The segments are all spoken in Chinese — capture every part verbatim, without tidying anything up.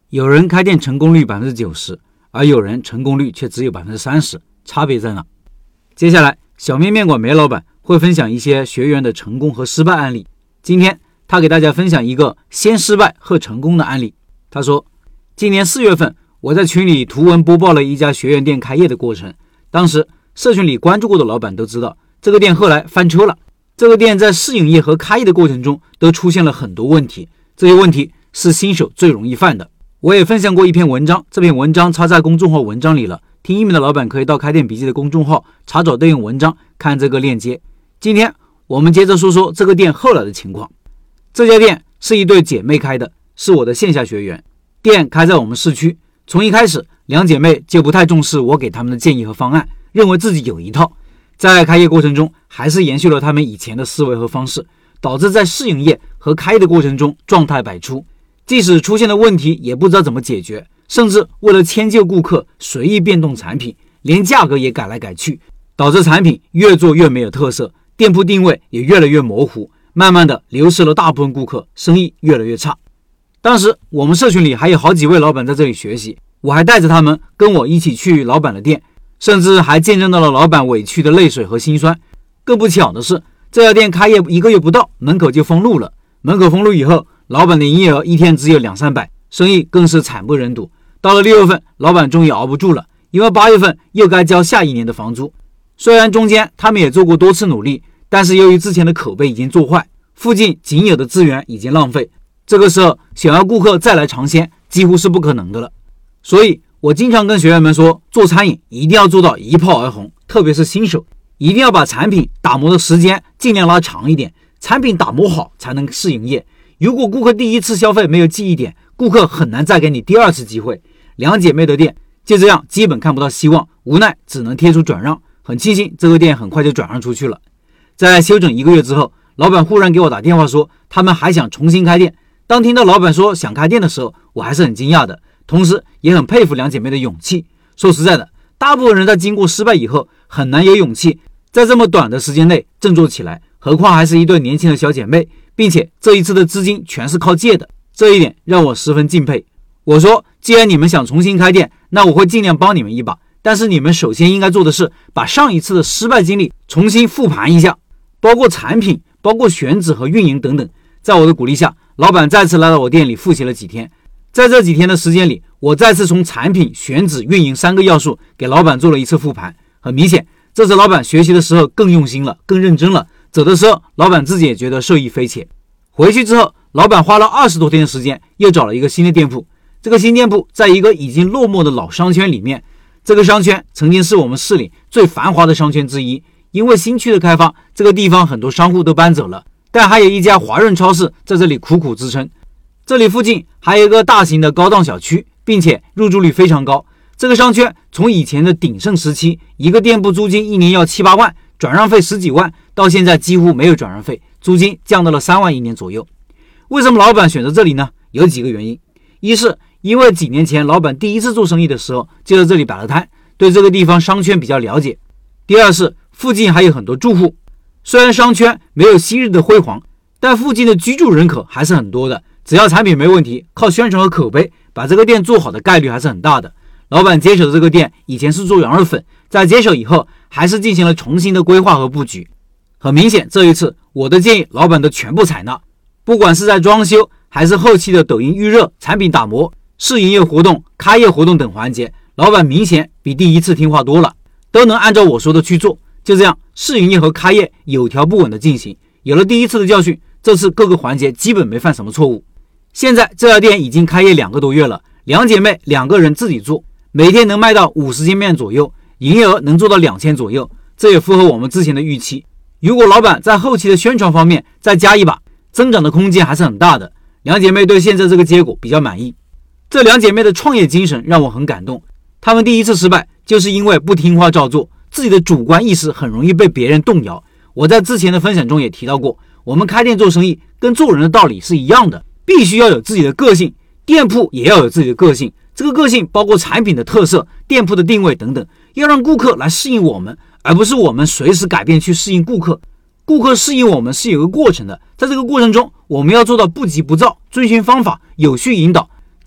有人开店成功率 百分之九十， 而有人成功率却只有 百分之三十， 差别在哪？接下来小面面馆梅老板会分享一些学员的成功和失败案例。今天他给大家分享一个先失败后成功的案例。他说，今年四月份我在群里图文播报了一家学员店开业的过程，当时社群里关注过的老板都知道，这个店后来翻车了。这个店在试营业和开业的过程中都出现了很多问题，这些问题是新手最容易犯的。我也分享过一篇文章，这篇文章插在公众号文章里了，听音频的老板可以到开店笔记的公众号查找对应文章，看这个链接。今天我们接着说说这个店后来的情况。这家店是一对姐妹开的，是我的线下学员，店开在我们市区。从一开始两姐妹就不太重视我给他们的建议和方案，认为自己有一套，在开业过程中还是延续了他们以前的思维和方式，导致在试营业和开业的过程中状态百出，即使出现了问题也不知道怎么解决，甚至为了迁就顾客随意变动产品，连价格也改来改去，导致产品越做越没有特色，店铺定位也越来越模糊，慢慢的流失了大部分顾客，生意越来越差。当时我们社群里还有好几位老板在这里学习，我还带着他们跟我一起去老板的店，甚至还见证到了老板委屈的泪水和心酸。更不巧的是，这家店开业一个月不到，门口就封路了。门口封路以后，老板的营业额一天只有两三百，生意更是惨不忍睹。到了六月份，老板终于熬不住了，因为八月份又该交下一年的房租。虽然中间他们也做过多次努力，但是由于之前的口碑已经做坏，附近仅有的资源已经浪费，这个时候想要顾客再来尝鲜几乎是不可能的了。所以我经常跟学员们说，做餐饮一定要做到一炮而红，特别是新手，一定要把产品打磨的时间尽量拉长一点，产品打磨好才能试营业。如果顾客第一次消费没有记忆点，顾客很难再给你第二次机会。两姐妹的店就这样基本看不到希望，无奈只能贴出转让。很庆幸这个店很快就转让出去了。在休整一个月之后，老板忽然给我打电话说他们还想重新开店。当听到老板说想开店的时候，我还是很惊讶的，同时也很佩服两姐妹的勇气。说实在的，大部分人在经过失败以后很难有勇气在这么短的时间内振作起来，何况还是一对年轻的小姐妹，并且这一次的资金全是靠借的，这一点让我十分敬佩。我说，既然你们想重新开店，那我会尽量帮你们一把，但是你们首先应该做的是把上一次的失败经历重新复盘一下，包括产品，包括选址和运营等等。在我的鼓励下，老板再次来到我店里复习了几天。在这几天的时间里，我再次从产品、选址、运营三个要素给老板做了一次复盘。很明显，这次老板学习的时候更用心了，更认真了，走的时候老板自己也觉得受益匪浅。回去之后，老板花了二十多天的时间又找了一个新的店铺。这个新店铺在一个已经落寞的老商圈里面，这个商圈曾经是我们市里最繁华的商圈之一，因为新区的开发，这个地方很多商户都搬走了，但还有一家华润超市在这里苦苦支撑。这里附近还有一个大型的高档小区，并且入住率非常高。这个商圈从以前的鼎盛时期，一个店铺租金一年要七八万，转让费十几万，到现在几乎没有转让费，租金降到了三万一年左右。为什么老板选择这里呢？有几个原因。一是因为几年前老板第一次做生意的时候就在这里摆了摊，对这个地方商圈比较了解。第二是附近还有很多住户，虽然商圈没有昔日的辉煌，但附近的居住人口还是很多的，只要产品没问题，靠宣传和口碑把这个店做好的概率还是很大的。老板接手的这个店以前是做羊肉粉，在接手以后还是进行了重新的规划和布局。很明显，这一次我的建议老板都全部采纳，不管是在装修还是后期的抖音预热、产品打磨、试营业活动、开业活动等环节，老板明显比第一次听话多了，都能按照我说的去做。就这样，试营业和开业有条不紊的进行。有了第一次的教训，这次各个环节基本没犯什么错误。现在这家店已经开业两个多月了，两姐妹两个人自己做，每天能卖到五十斤面左右，营业额能做到两千左右，这也符合我们之前的预期。如果老板在后期的宣传方面再加一把，增长的空间还是很大的。两姐妹对现在这个结果比较满意。这两姐妹的创业精神让我很感动，她们第一次失败就是因为不听话照做，自己的主观意识很容易被别人动摇。我在之前的分享中也提到过，我们开店做生意跟做人的道理是一样的，必须要有自己的个性，店铺也要有自己的个性，这个个性包括产品的特色、店铺的定位等等，要让顾客来适应我们，而不是我们随时改变去适应顾客。顾客适应我们是有个过程的，在这个过程中我们要做到不急不躁，遵循方法，有序引导，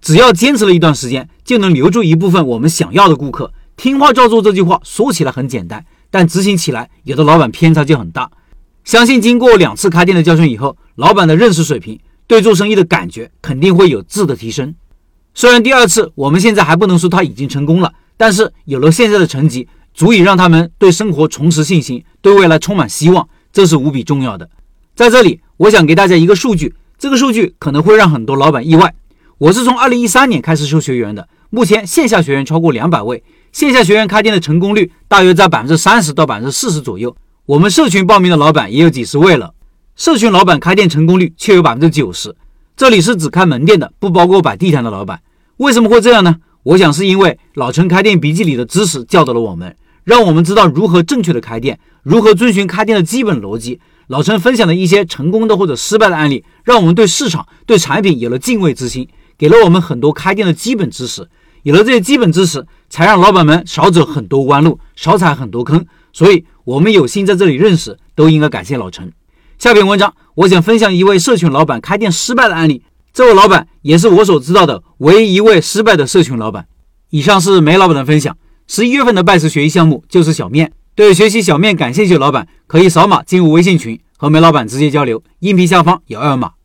只要坚持了一段时间，就能留住一部分我们想要的顾客。听话照做这句话说起来很简单，但执行起来有的老板偏差就很大。相信经过两次开店的教训以后，老板的认识水平，对做生意的感觉肯定会有质的提升。虽然第二次我们现在还不能说他已经成功了，但是有了现在的成绩，足以让他们对生活重拾信心，对未来充满希望，这是无比重要的。在这里我想给大家一个数据，这个数据可能会让很多老板意外。我是从二零一三年开始收学员的，目前线下学员超过两百位，线下学员开店的成功率大约在 百分之三十 到 百分之四十 左右。我们社群报名的老板也有几十位了，社群老板开店成功率却有 百分之九十。 这里是只开门店的，不包括摆地摊的老板。为什么会这样呢？我想是因为老陈开店笔记里的知识教导了我们，让我们知道如何正确的开店，如何遵循开店的基本逻辑。老陈分享的一些成功的或者失败的案例，让我们对市场对产品有了敬畏之心，给了我们很多开店的基本知识。有了这些基本知识，才让老板们少走很多弯路，少踩很多坑。所以我们有幸在这里认识，都应该感谢老陈。下篇文章我想分享一位社群老板开店失败的案例，这位老板也是我所知道的唯一一位失败的社群老板。以上是梅老板的分享。十一月份的拜师学艺项目就是小面，对学习小面感兴趣的老板可以扫码进入微信群和梅老板直接交流，音频下方有二维码。